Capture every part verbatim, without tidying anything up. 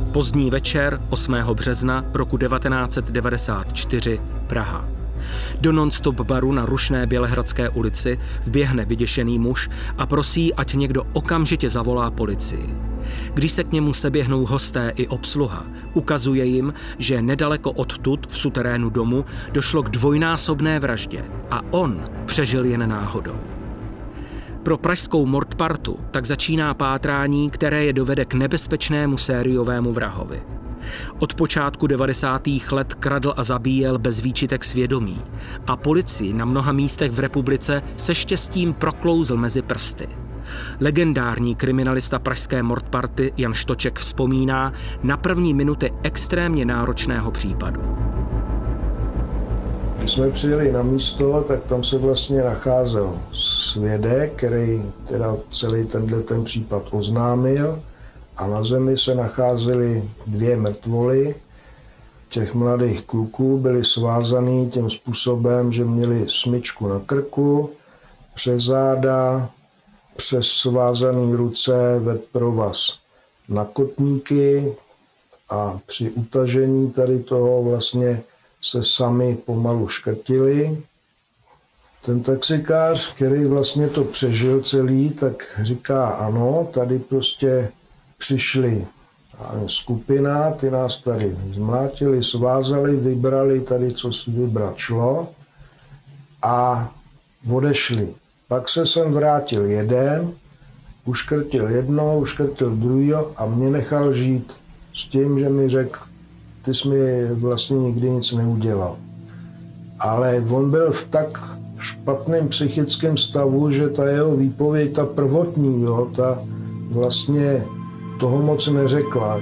Pozdní večer osmého března roku devatenáct set devadesát čtyři, Praha. Do non-stop baru na rušné Bělehradské ulici vběhne vyděšený muž a prosí, ať někdo okamžitě zavolá policii. Když se k němu seběhnou hosté i obsluha, ukazuje jim, že nedaleko odtud v suterénu domu došlo k dvojnásobné vraždě a on přežil jen náhodou. Pro pražskou mordpartu tak začíná pátrání, které je dovede k nebezpečnému sériovému vrahovi. Od počátku devadesátých let kradl a zabíjel bez výčitek svědomí a policii na mnoha místech v republice se štěstím proklouzl mezi prsty. Legendární kriminalista pražské mordparty Jan Štoček vzpomíná na první minuty extrémně náročného případu. Když jsme přijeli na místo, tak tam se vlastně nacházel svědek, který teda celý tenhle ten případ oznámil, a na zemi se nacházely dvě mrtvoly. Těch mladých kluků byli svázaný tím způsobem, že měli smyčku na krku, přes záda, přes svázané ruce ved provaz na kotníky a při utažení tady toho vlastně se sami pomalu škrtili. Ten taxikář, který vlastně to přežil celý, tak říká ano, tady prostě přišli skupina, ty nás tady zmlátili, svázali, vybrali tady, co si vybrat šlo a odešli. Pak se sem vrátil jeden, uškrtil jedno, uškrtil druhého a mě nechal žít s tím, že mi řekl, ty jsi mi vlastně nikdy nic neudělal. Ale on byl v tak špatném psychickém stavu, že ta jeho výpověď, ta prvotní, jo, ta vlastně toho moc neřekla.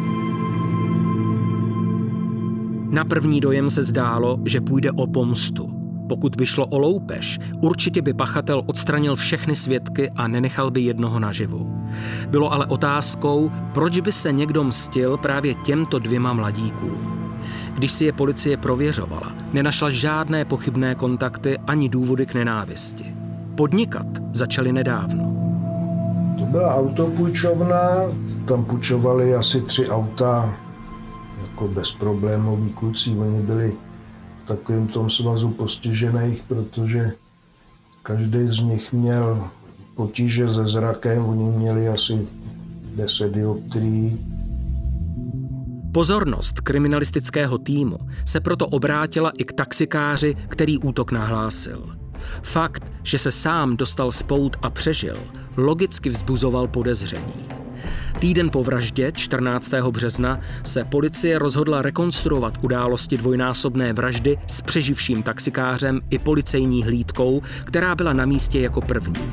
Na první dojem se zdálo, že půjde o pomstu. Pokud by šlo o loupež, určitě by pachatel odstranil všechny svědky a nenechal by jednoho naživu. Bylo ale otázkou, proč by se někdo mstil právě těmto dvěma mladíkům. Když si je policie prověřovala, nenašla žádné pochybné kontakty ani důvody k nenávisti. Podnikat začali nedávno. To byla autopůjčovna, tam půjčovali asi tři auta, jako bezproblémoví kluci, oni byli v takovém tom svazu postižených, protože každý z nich měl potíže se zrakem, oni měli asi deset dioptrií. Pozornost kriminalistického týmu se proto obrátila i k taxikáři, který útok nahlásil. Fakt, že se sám dostal z pout a přežil, logicky vzbuzoval podezření. Týden po vraždě, čtrnáctého března, se policie rozhodla rekonstruovat události dvojnásobné vraždy s přeživším taxikářem i policejní hlídkou, která byla na místě jako první.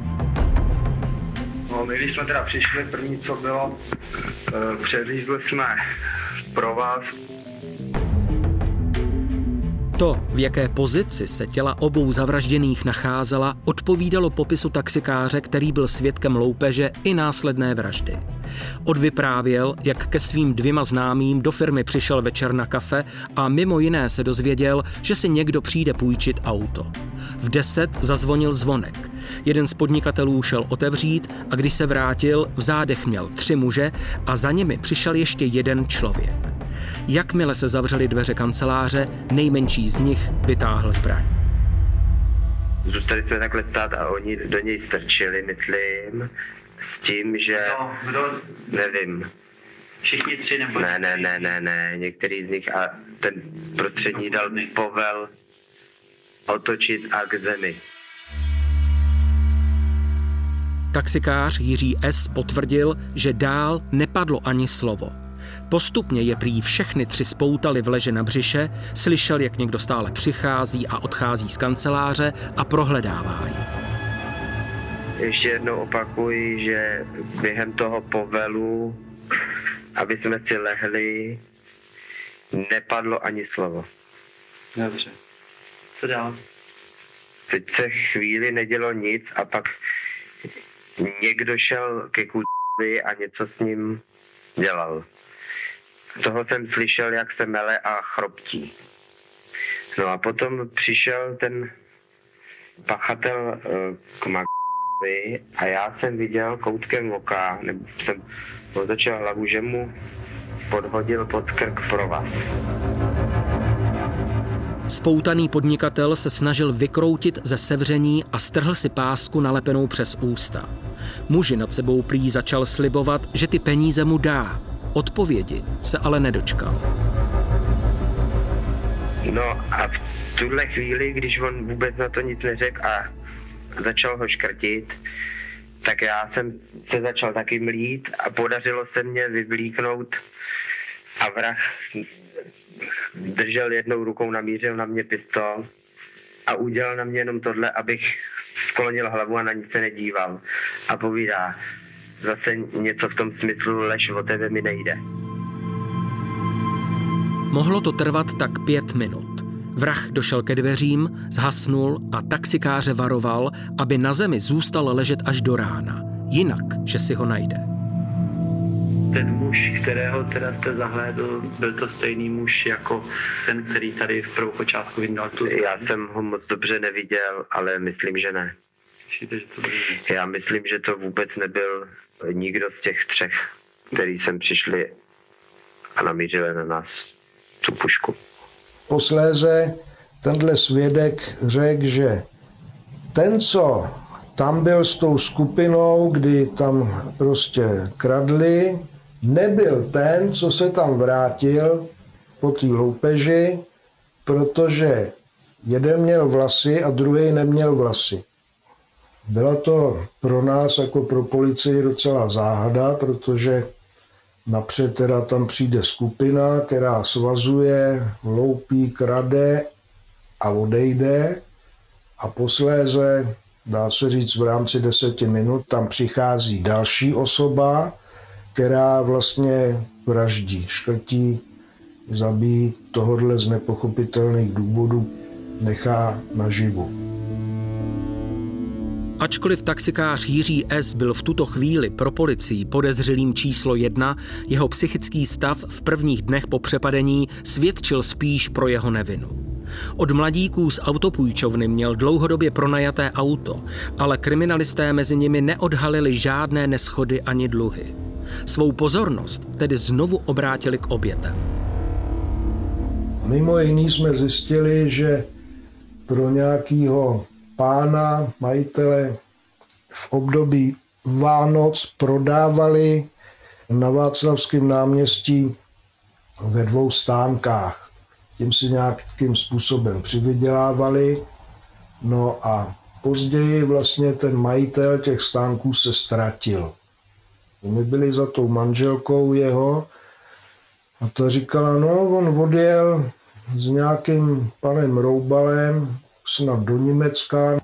No, my když jsme teda přišli, první co bylo, přeřízli jsme provaz. To, v jaké pozici se těla obou zavražděných nacházela, odpovídalo popisu taxikáře, který byl svědkem loupeže i následné vraždy. Odvyprávěl, jak ke svým dvěma známým do firmy přišel večer na kafe a mimo jiné se dozvěděl, že si někdo přijde půjčit auto. V deset zazvonil zvonek. Jeden z podnikatelů šel otevřít a když se vrátil, v zádech měl tři muže a za nimi přišel ještě jeden člověk. Jakmile se zavřely dveře kanceláře, nejmenší z nich vytáhl zbraň. Zůstali jsme takhle stát a oni do něj strčili, myslím, s tím, že... No, kdo? Nevím. Všichni tři nebo... Ne, ne, ne, ne, ne, některý z nich a ten prostřední dal povel otočit a k zemi. Taxikář Jiří S. potvrdil, že dál nepadlo ani slovo. Postupně je prý všechny tři spoutali v leže na břiše, slyšel, jak někdo stále přichází a odchází z kanceláře a prohledává ji. Ještě jednou opakuji, že během toho povelu, aby jsme si lehli, nepadlo ani slovo. Dobře. Co dál? Teď se chvíli nedělo nic a pak někdo šel ke kůži a něco s ním dělal. Toho jsem slyšel, jak se mele a chroptí. No a potom přišel ten pachatel k ma... a já jsem viděl koutkem oka, nebo jsem otočil hlavu, že mu podhodil pod krk provaz. Spoutaný podnikatel se snažil vykroutit ze sevření a strhl si pásku nalepenou přes ústa. Muži nad sebou prý začal slibovat, že ty peníze mu dá. Odpovědi se ale nedočkal. No a v tuhle chvíli, když on vůbec na to nic neřekl a začal ho škrtit, tak já jsem se začal taky mlít a podařilo se mě vyvlíknout a vrah držel jednou rukou, namířil na mě pistol a udělal na mě jenom tohle, abych sklonil hlavu a na nic se nedíval. A povídá, zase něco v tom smyslu, lež, o tebe mi nejde. Mohlo to trvat tak pět minut. Vrah došel ke dveřím, zhasnul a taxikáře varoval, aby na zemi zůstal ležet až do rána. Jinak, že si ho najde. Ten muž, kterého teda jste zahlédl, byl to stejný muž jako ten, který tady v prvou počátku vyndal tu... Já jsem ho moc dobře neviděl, ale myslím, že ne. Myslíte, že to byl... Já myslím, že to vůbec nebyl nikdo z těch třech, který sem přišli a namířili na nás tu pušku. Posléze tenhle svědek řekl, že ten, co tam byl s tou skupinou, kdy tam prostě kradli, nebyl ten, co se tam vrátil po té loupeži, protože jeden měl vlasy a druhý neměl vlasy. Byla to pro nás jako pro policii docela záhada, protože napřed teda tam přijde skupina, která svazuje, loupí, krade a odejde a posléze, dá se říct v rámci deseti minut, tam přichází další osoba, která vlastně vraždí, škrtí, zabíjí, tohodle z nepochopitelných důvodů nechá naživu. Ačkoliv taxikář Jiří S. byl v tuto chvíli pro policii podezřelým číslo jedna, jeho psychický stav v prvních dnech po přepadení svědčil spíš pro jeho nevinu. Od mladíků z autopůjčovny měl dlouhodobě pronajaté auto, ale kriminalisté mezi nimi neodhalili žádné neschody ani dluhy. Svou pozornost tedy znovu obrátili k obětem. Mimo jiný jsme zjistili, že pro nějakého pána, majitele v období Vánoc prodávali na Václavském náměstí ve dvou stánkách. Tím si nějakým způsobem přivydělávali. No a později vlastně ten majitel těch stánků se ztratil. My byli za tou manželkou jeho a ta říkala, no on odjel s nějakým panem Roubalem snad do Německa.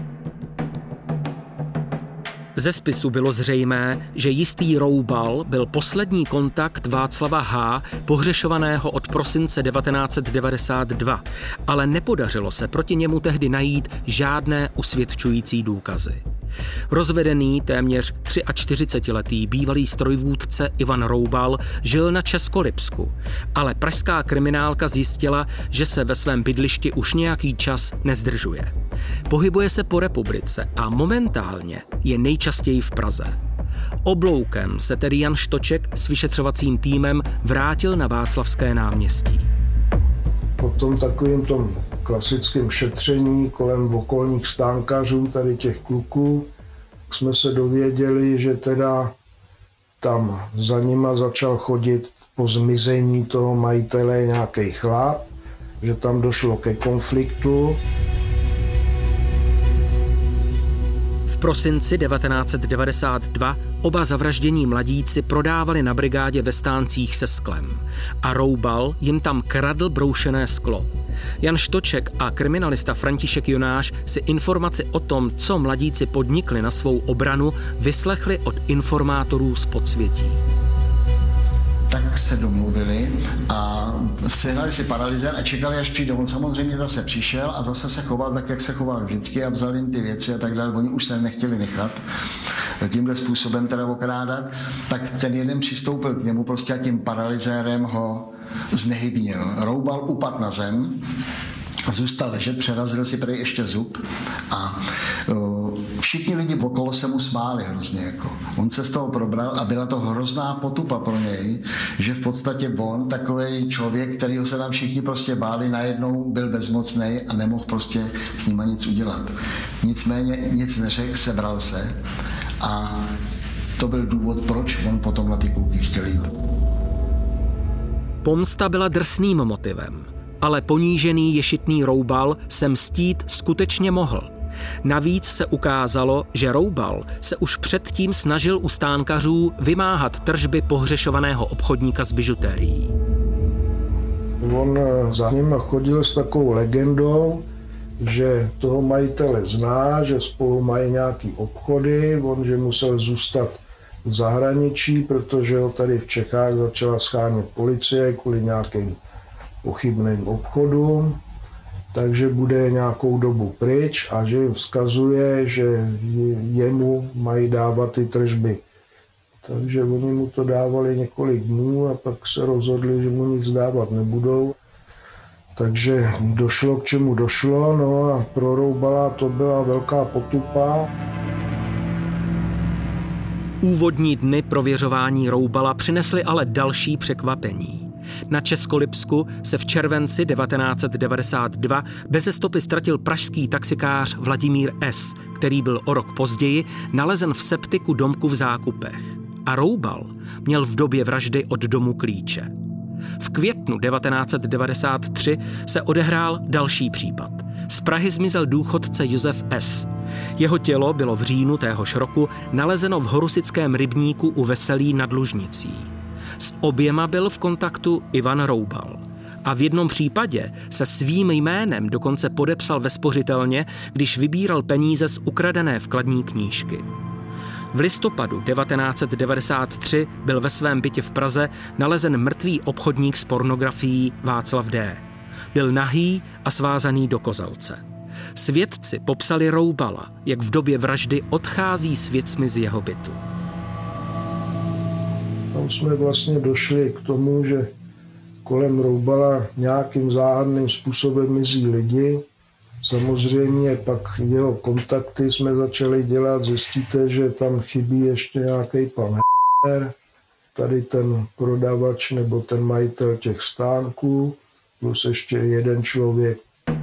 Ze spisu bylo zřejmé, že jistý Roubal byl poslední kontakt Václava H., pohřešovaného od prosince devatenáct set devadesát dva, ale nepodařilo se proti němu tehdy najít žádné usvědčující důkazy. Rozvedený téměř čtyřicetiletý bývalý strojvůdce Ivan Roubal žil na Českolipsku, ale pražská kriminálka zjistila, že se ve svém bydlišti už nějaký čas nezdržuje. Pohybuje se po republice a momentálně je nejčastěji v Praze. Obloukem se tedy Jan Štoček s vyšetřovacím týmem vrátil na Václavské náměstí. Po tom takovým tom klasickém šetření kolem okolních stánkařů, tady těch kluků, jsme se dověděli, že teda tam za nima začal chodit po zmizení toho majitele nějaký chlap, že tam došlo ke konfliktu. V prosinci devatenáct set devadesát dva oba zavraždění mladíci prodávali na brigádě ve stáncích se sklem a Roubal jim tam kradl broušené sklo. Jan Štoček a kriminalista František Jonáš si informaci o tom, co mladíci podnikli na svou obranu, vyslechli od informátorů z podsvětí. Tak se domluvili a sehnali si paralyzér a čekali, až přijde. On samozřejmě zase přišel a zase se choval tak, jak se choval vždycky a vzal jim ty věci a tak dále. Oni už se nechtěli nechat tímhle způsobem teda okrádat. Tak ten jeden přistoupil k němu prostě a tím paralyzérem ho znehybnil. Roubal upadl na zem, zůstal ležet, přerazil si prej ještě zub a uh, všichni lidi okolo se mu smáli hrozně. Jako. On se z toho probral a byla to hrozná potupa pro něj, že v podstatě on, takovej člověk, kterýho se tam všichni prostě báli, najednou byl bezmocnej a nemohl prostě s nima nic udělat. Nicméně nic neřekl, sebral se a to byl důvod, proč on potom na ty kluky chtěl jít. Pomsta byla drsným motivem, ale ponížený ješitný Roubal se mstít skutečně mohl. Navíc se ukázalo, že Roubal se už předtím snažil u stánkařů vymáhat tržby pohřešovaného obchodníka s bižutérií. On za ním chodil s takovou legendou, že toho majitele zná, že spolu mají nějaký obchody, on že musel zůstat v zahraničí, protože ho tady v Čechách začala schánět policie kvůli nějakým pochybným obchodům, takže bude nějakou dobu pryč a že jim vzkazuje, že jemu mají dávat ty tržby. Takže oni mu to dávali několik dnů a pak se rozhodli, že mu nic dávat nebudou. Takže došlo k čemu došlo, no a pro Roubala to byla velká potupa. Úvodní dny prověřování Roubala přinesly ale další překvapení. Na Českolipsku se v červenci devatenáct set devadesát dva beze stopy ztratil pražský taxikář Vladimír S., který byl o rok později nalezen v septiku domku v Zákupech. A Roubal měl v době vraždy od domu klíče. V květnu devatenáct set devadesát tři se odehrál další případ. Z Prahy zmizel důchodce Josef S. Jeho tělo bylo v říjnu téhož roku nalezeno v horusickém rybníku u Veselí nad Lužnicí. S oběma byl v kontaktu Ivan Roubal. A v jednom případě se svým jménem dokonce podepsal ve spořitelně, když vybíral peníze z ukradené vkladní knížky. V listopadu devatenáct set devadesát tři byl ve svém bytě v Praze nalezen mrtvý obchodník s pornografií Václav D. Byl nahý a svázaný do kozelce. Svědci popsali Roubala, jak v době vraždy odchází s věcmi z jeho bytu. Tam jsme vlastně došli k tomu, že kolem Roubala nějakým záhadným způsobem mizí lidi. Samozřejmě pak jeho kontakty jsme začali dělat, zjistíte, že tam chybí ještě nějaký pan H***er, tady ten prodavač nebo ten majitel těch stánků, plus ještě jeden člověk.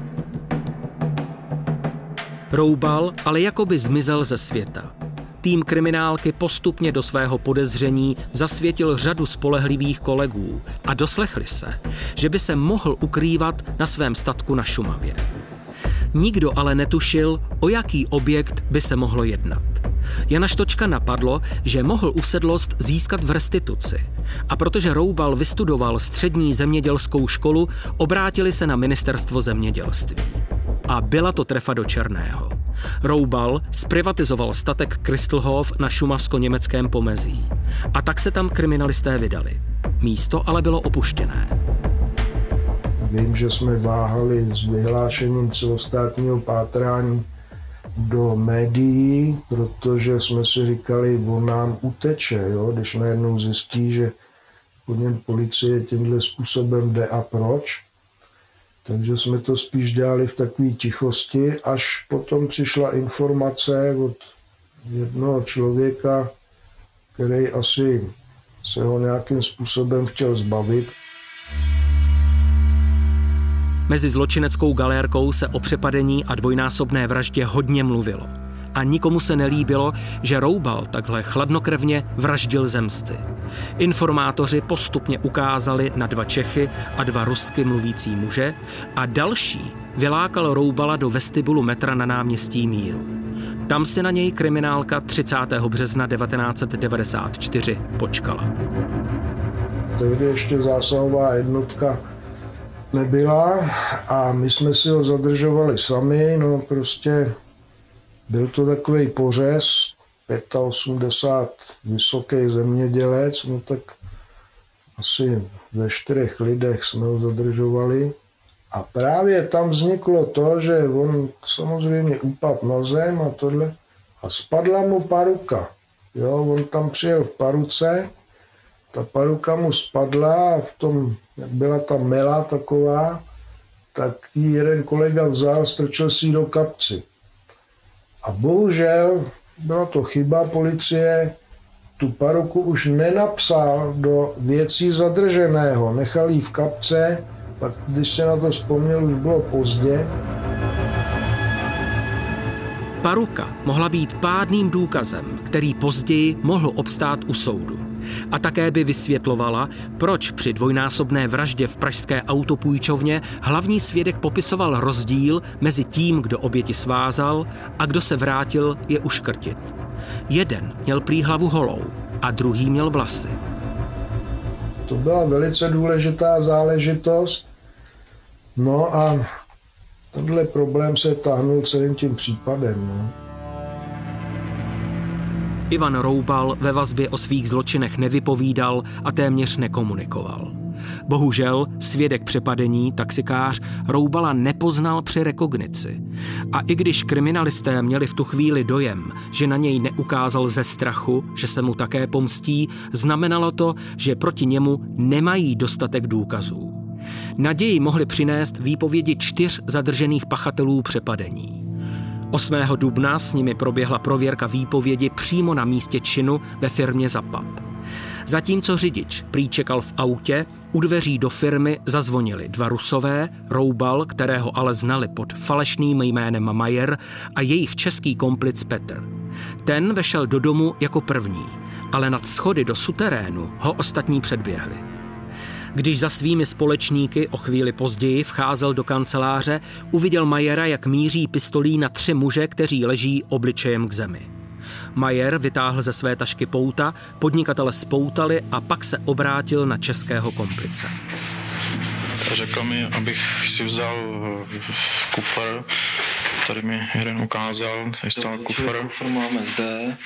Roubal ale jakoby zmizel ze světa. Tým kriminálky postupně do svého podezření zasvětil řadu spolehlivých kolegů a doslechli se, že by se mohl ukrývat na svém statku na Šumavě. Nikdo ale netušil, o jaký objekt by se mohlo jednat. Jana Štočka napadlo, že mohl usedlost získat v restituci. A protože Roubal vystudoval střední zemědělskou školu, obrátili se na ministerstvo zemědělství. A byla to trefa do černého. Roubal zprivatizoval statek Kristelhof na šumavsko-německém pomezí. A tak se tam kriminalisté vydali. Místo ale bylo opuštěné. Vím, že jsme váhali s vyhlášením celostátního pátrání do médií, protože jsme si říkali, on nám uteče, jo? Když najednou zjistí, že po něm policie tímhle způsobem jde a proč. Takže jsme to spíš dělali v takové tichosti, až potom přišla informace od jednoho člověka, který asi se ho nějakým způsobem chtěl zbavit. Mezi zločineckou galérkou se o přepadení a dvojnásobné vraždě hodně mluvilo. A nikomu se nelíbilo, že Roubal takhle chladnokrevně vraždil ze msty. Informátoři postupně ukázali na dva Čechy a dva rusky mluvící muže a další vylákal Roubala do vestibulu metra na náměstí Míru. Tam si na něj kriminálka třicátého března devatenáct set devadesát čtyři počkala. Tehdy ještě zásahová jednotka nebyla a my jsme si ho zadržovali sami, no prostě byl to takovej pořez, osmdesát pět vysoký zemědělec, no tak asi ve čtyřech lidech jsme ho zadržovali. A právě tam vzniklo to, že on samozřejmě upadl na zem a tohle a spadla mu paruka. Jo, on tam přijel v paruce, ta paruka mu spadla a v tom, jak byla ta mela taková, tak ji jeden kolega vzal, strčil si ji do kapci. A bohužel byla to chyba policie, tu paruku už nenapsal do věcí zadrženého, nechal ji v kapce, pak když se na to vzpomněl, už bylo pozdě. Paruka mohla být pádným důkazem, který později mohl obstát u soudu. A také by vysvětlovala, proč při dvojnásobné vraždě v pražské autopůjčovně hlavní svědek popisoval rozdíl mezi tím, kdo oběti svázal a kdo se vrátil je uškrtit. Jeden měl prý hlavu holou a druhý měl vlasy. To byla velice důležitá záležitost. No a tenhle problém se táhnul celým tím případem. No. Ivan Roubal ve vazbě o svých zločinech nevypovídal a téměř nekomunikoval. Bohužel svědek přepadení, taxikář, Roubala nepoznal při rekognici. A i když kriminalisté měli v tu chvíli dojem, že na něj neukázal ze strachu, že se mu také pomstí, znamenalo to, že proti němu nemají dostatek důkazů. Naději mohli přinést výpovědi čtyř zadržených pachatelů přepadení. osmého dubna s nimi proběhla prověrka výpovědi přímo na místě činu ve firmě Zapap. Zatímco řidič prý čekal v autě, u dveří do firmy zazvonili dva Rusové, Roubal, kterého ale znali pod falešným jménem Majer, a jejich český komplic Petr. Ten vešel do domu jako první, ale nad schody do suterénu ho ostatní předběhli. Když za svými společníky o chvíli později vcházel do kanceláře, uviděl Majera, jak míří pistolí na tři muže, kteří leží obličejem k zemi. Majer vytáhl ze své tašky pouta, podnikatele spoutali a pak se obrátil na českého komplice. Řekl mi, abych si vzal kufr, tady mi jeden ukázal, tady stál kufr. Kufr máme zde.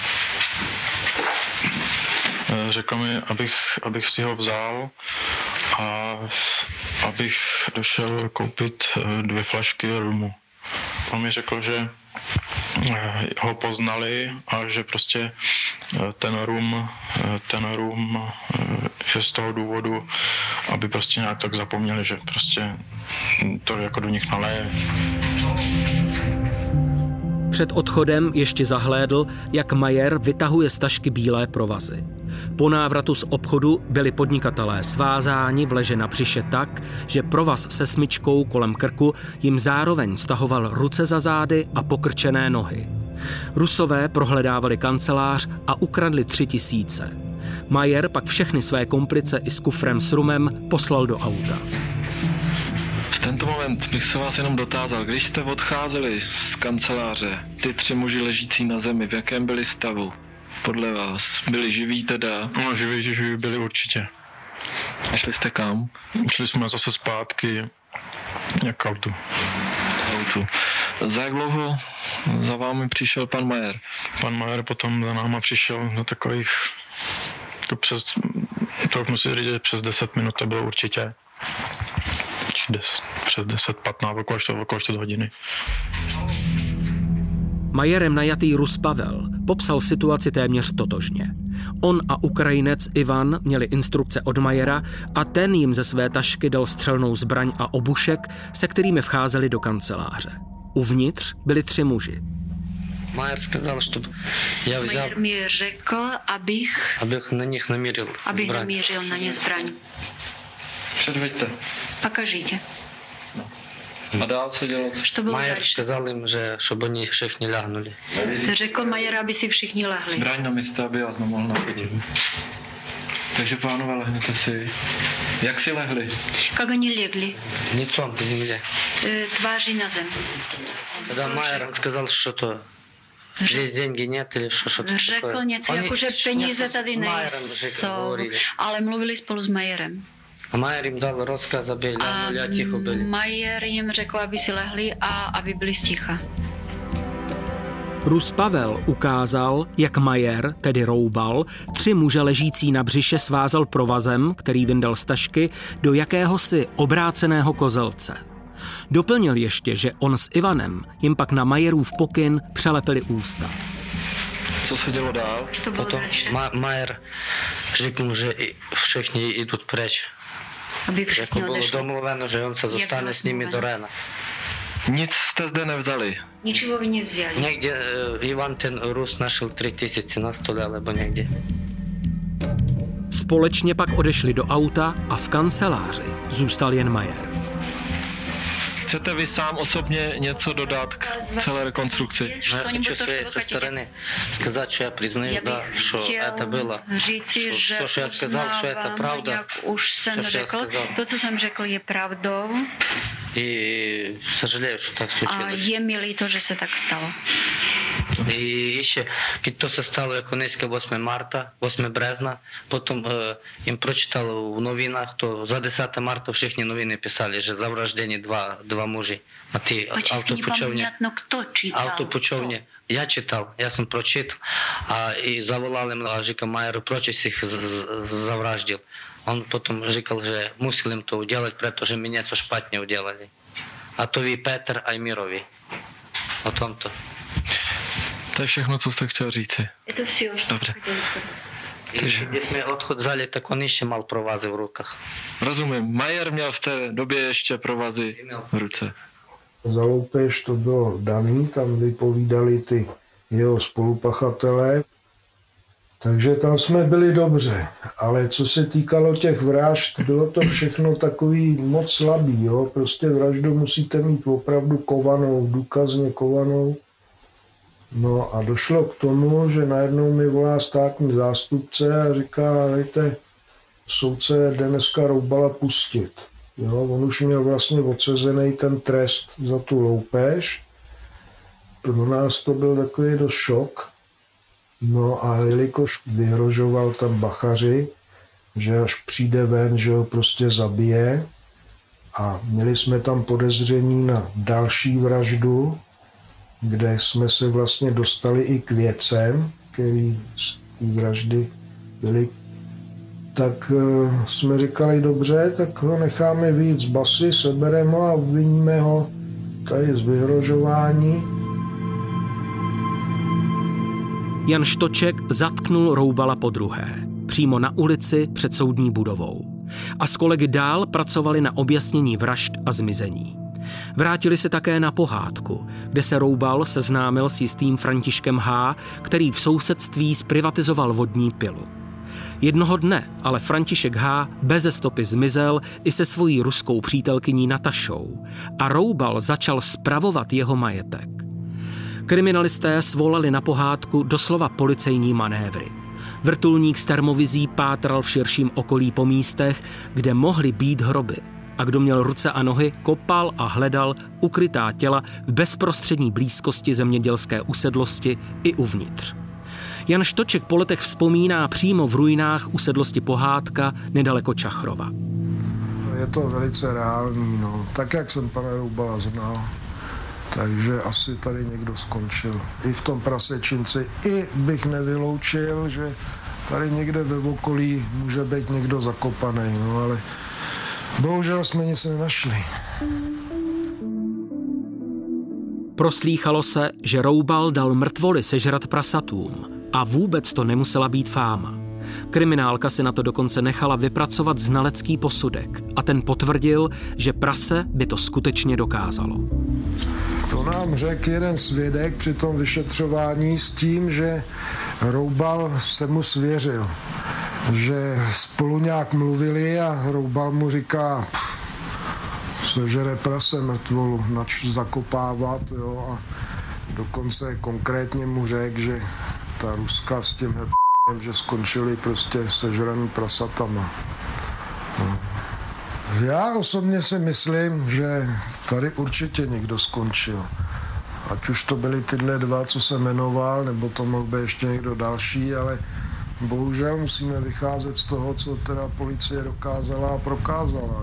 Řekl mi, abych, abych si ho vzal a abych došel koupit dvě flašky rumu. On mi řekl, že ho poznali a že prostě ten rum, ten rum je z toho důvodu, aby prostě nějak tak zapomněli, že prostě to jako do nich naleje. Před odchodem ještě zahlédl, jak Majer vytahuje z tašky bílé provazy. Po návratu z obchodu byli podnikatelé svázáni v leže na břiše tak, že provaz se smyčkou kolem krku jim zároveň stahoval ruce za zády a pokrčené nohy. Rusové prohledávali kancelář a ukradli tři tisíce. Majer pak všechny své komplice i s kufrem s rumem poslal do auta. V tento moment bych se vás jenom dotázal, když jste odcházeli z kanceláře, ty tři muži ležící na zemi, v jakém byli stavu? Podle vás. Byli živí teda? No, živí, živí byli určitě. A šli jste kam? Šli jsme zase zpátky jak k autu. Autu. Za jak dlouho za vámi přišel pan Majer? Pan Majer potom za náma přišel do takových, to přes, to musím říct, přes deset minut to bylo určitě. Des, přes deset patnáct, okolo čtvrt hodiny. Majerem najatý Rus Pavel popsal situaci téměř totožně. On a Ukrajinec Ivan měli instrukce od Majera a ten jim ze své tašky dal střelnou zbraň a obušek, se kterými vcházeli do kanceláře. Uvnitř byli tři muži. Majer сказал, чтобы я взял... Majer mi řekl, abych... Abych na nich namířil Abych zbraň. namířil na ně zbraň. Předveďte. Покажите. No. A dál co dělat? Что было Majer дальше? сказал им, že, чтобы они všichni лягнули. Řekl Majer, aby si všichni lehli. Zbraň na místě, aby vás nemohl nachodit. Takže pánové, lehněte si. Jak si lehli? Как они легли? Лицом по земле. Э, Tváří na zem. Когда Майер сказал, что то здесь деньги нет или что, что-то Řekl такое. něco, Oni jako že peníze tady s Majerem nejsou, говорили. ale mluvili spolu s Majerem. A Majer jim dal rozkaz, aby A lehнули a ticho byli. Majer jim řekl, aby si lehli a aby byli sticha. Rus Pavel ukázal, jak Majer, tedy Roubal, tři muže ležící na břiše svázal provazem, který vyndal z tašky, do jakéhosi obráceného kozelce. Doplnil ještě, že on s Ivanem jim pak na Majerův pokyn přelepili ústa. Co se dělo dál? To bylo Potom další. Ma- Majer řekl, že i- všichni jdou pryč. Aby Jako všichni bylo odešli. domluveno, že on se Jak zostane bylo s nimi do domluveno. rána. Nic jste zde nevzali? Ничего вы не взяли. Někde uh, Ivan ten Rus našel tři tisíce na stole, alebo někde. Společně pak odešli do auta a v kanceláři zůstal jen Majer. Chcete vy sám osobně něco dodat k celé rekonstrukci? No, já хочу своей со стороны сказать, что я признаю, да, что это было. Říci, že to, что я сказал, что это правда. Jak už jsem to, řekl, to, co jsem řekl, je pravdou. И сожалею, что так случилось. A je mi líto, že se tak stalo. І ще, keď to sa stalo ako dneska восьмого марта, восьмого березня, потім е, їм прочитали в новинах, то за десятого марта всі новини писали, що завраждені два, два мужі на тій автопочовні. Автопочовні. Я читав, я сам прочитав, а і заволали мене Жика Майеру, прочись їх завраждив. Он потім říkal, že musel jim to udělat, protože mi něco špatně udělali. A to ví Petr Ajmirovi. O tomto. To je všechno, co jste chtěl říci. Je to все, что Dobře. хотели сказать. Takže... Když jsme odchodzali, tak on ještě mal provazy v rukách. Rozumím. Majer měl v té době ještě provazy v ruce. Za loupež to bylo daný, tam vypovídali ty jeho spolupachatelé. Takže tam jsme byli dobře, ale co se týkalo těch vražd, bylo to všechno takový moc slabý, jo? Prostě vraždu musíte mít opravdu kovanou, důkazně kovanou. No a došlo k tomu, že najednou mi volá státní zástupce a říká, hejte, soudce jde dneska Roubala pustit. Jo? On už měl vlastně odsezený ten trest za tu loupež. Pro nás to byl takový dost šok. No a jelikož vyhrožoval tam bachaři, že až přijde ven, že ho prostě zabije, a měli jsme tam podezření na další vraždu, kde jsme se vlastně dostali i k věcem, který z té vraždy byly, tak jsme říkali, dobře, tak ho necháme vyjít z basy, sebereme ho a obviníme ho tady z vyhrožování. Jan Štoček zatknul Roubala podruhé, přímo na ulici před soudní budovou. A s kolegy dál pracovali na objasnění vražd a zmizení. Vrátili se také na pohádku, kde se Roubal seznámil s jistým Františkem H., který v sousedství zprivatizoval vodní pilu. Jednoho dne ale František H. beze stopy zmizel i se svojí ruskou přítelkyní Natašou a Roubal začal spravovat jeho majetek. Kriminalisté svolali na pohádku doslova policejní manévry. Vrtulník s termovizí pátral v širším okolí po místech, kde mohly být hroby. A kdo měl ruce a nohy, kopal a hledal ukrytá těla v bezprostřední blízkosti zemědělské usedlosti i uvnitř. Jan Štoček po letech vzpomíná přímo v ruinách usedlosti Pohádka nedaleko Čachrova. Je to velice reálný, no. Tak, jak jsem pana Roubala znal. Takže asi tady někdo skončil. I v tom Prasečinci. I bych nevyloučil, že tady někde ve okolí může být někdo zakopaný, no ale bohužel jsme nic nenašli. Proslýchalo se, že Roubal dal mrtvoly sežrat prasatům a vůbec to nemusela být fáma. Kriminálka si na to dokonce nechala vypracovat znalecký posudek a ten potvrdil, že prase by to skutečně dokázalo. To nám řekl jeden svědek při tom vyšetřování s tím, že Roubal se mu svěřil, že spolu nějak mluvili a Roubal mu říká, sežere prase mrtvolu, nač zakopávat, jo, a dokonce konkrétně mu řekl, že ta Ruska s tím p***em, že skončili prostě sežraný prasatama. No. Já osobně si myslím, že tady určitě někdo skončil. Ať už to byly tyhle dva, co jsem jmenoval, nebo to mohl být ještě někdo další, ale bohužel musíme vycházet z toho, co teda policie dokázala a prokázala.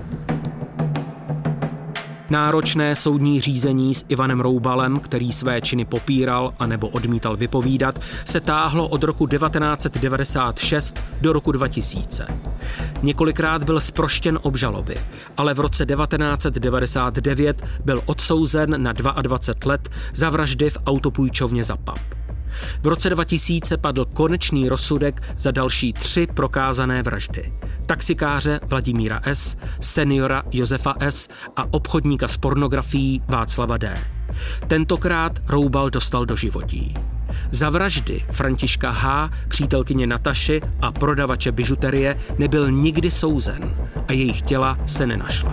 Náročné soudní řízení s Ivanem Roubalem, který své činy popíral anebo odmítal vypovídat, se táhlo od roku devatenáct set devadesát šest do roku dva tisíce. Několikrát byl zproštěn obžaloby, ale v roce devatenáct set devadesát devět byl odsouzen na dvacet dva let za vraždy v autopůjčovně Zapap. V roce dva tisíce padl konečný rozsudek za další tři prokázané vraždy. Taxikáře Vladimíra S., seniora Josefa S. a obchodníka s pornografií Václava D. Tentokrát Roubal dostal doživotí. Za vraždy Františka H., přítelkyně Nataši a prodavače bižuterie nebyl nikdy souzen a jejich těla se nenašla.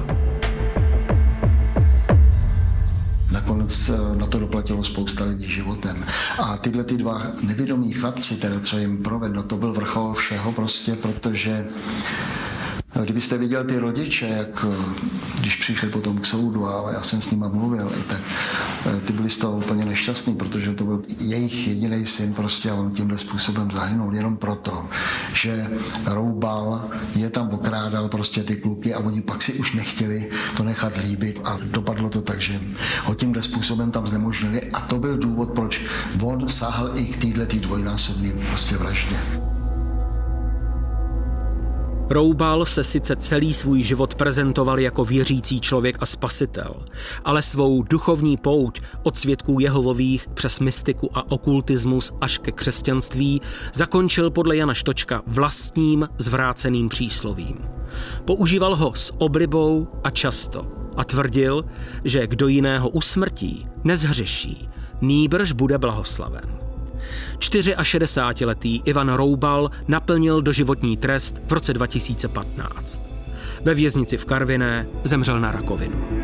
Nakonec na to doplatilo spousta lidí životem. A tyhle ty dva nevědomí chlapci, teda co jim provedlo, to byl vrchol všeho prostě, protože kdybyste viděl ty rodiče, jak když přišli potom k soudu a já jsem s nima mluvil, i tak ty byli z toho úplně nešťastný, protože to byl jejich jediný syn prostě a on tímhle způsobem zahynul jenom proto, že Roubal je tam okrádal prostě ty kluky a oni pak si už nechtěli to nechat líbit a dopadlo to tak, že ho tímhle způsobem tam znemožnili a to byl důvod, proč on sáhl i k této dvojnásobné prostě vraždě. Roubal se sice celý svůj život prezentoval jako věřící člověk a spasitel, ale svou duchovní pouť od svědků Jehovových přes mystiku a okultismus až ke křesťanství zakončil podle Jana Štočka vlastním zvráceným příslovím. Používal ho s oblibou a často a tvrdil, že kdo jiného usmrtí, nezhřeší, nýbrž bude blahoslaven. šedesátičtyřletý Ivan Roubal naplnil doživotní trest v roce dva tisíce patnáct. Ve věznici v Karviné zemřel na rakovinu.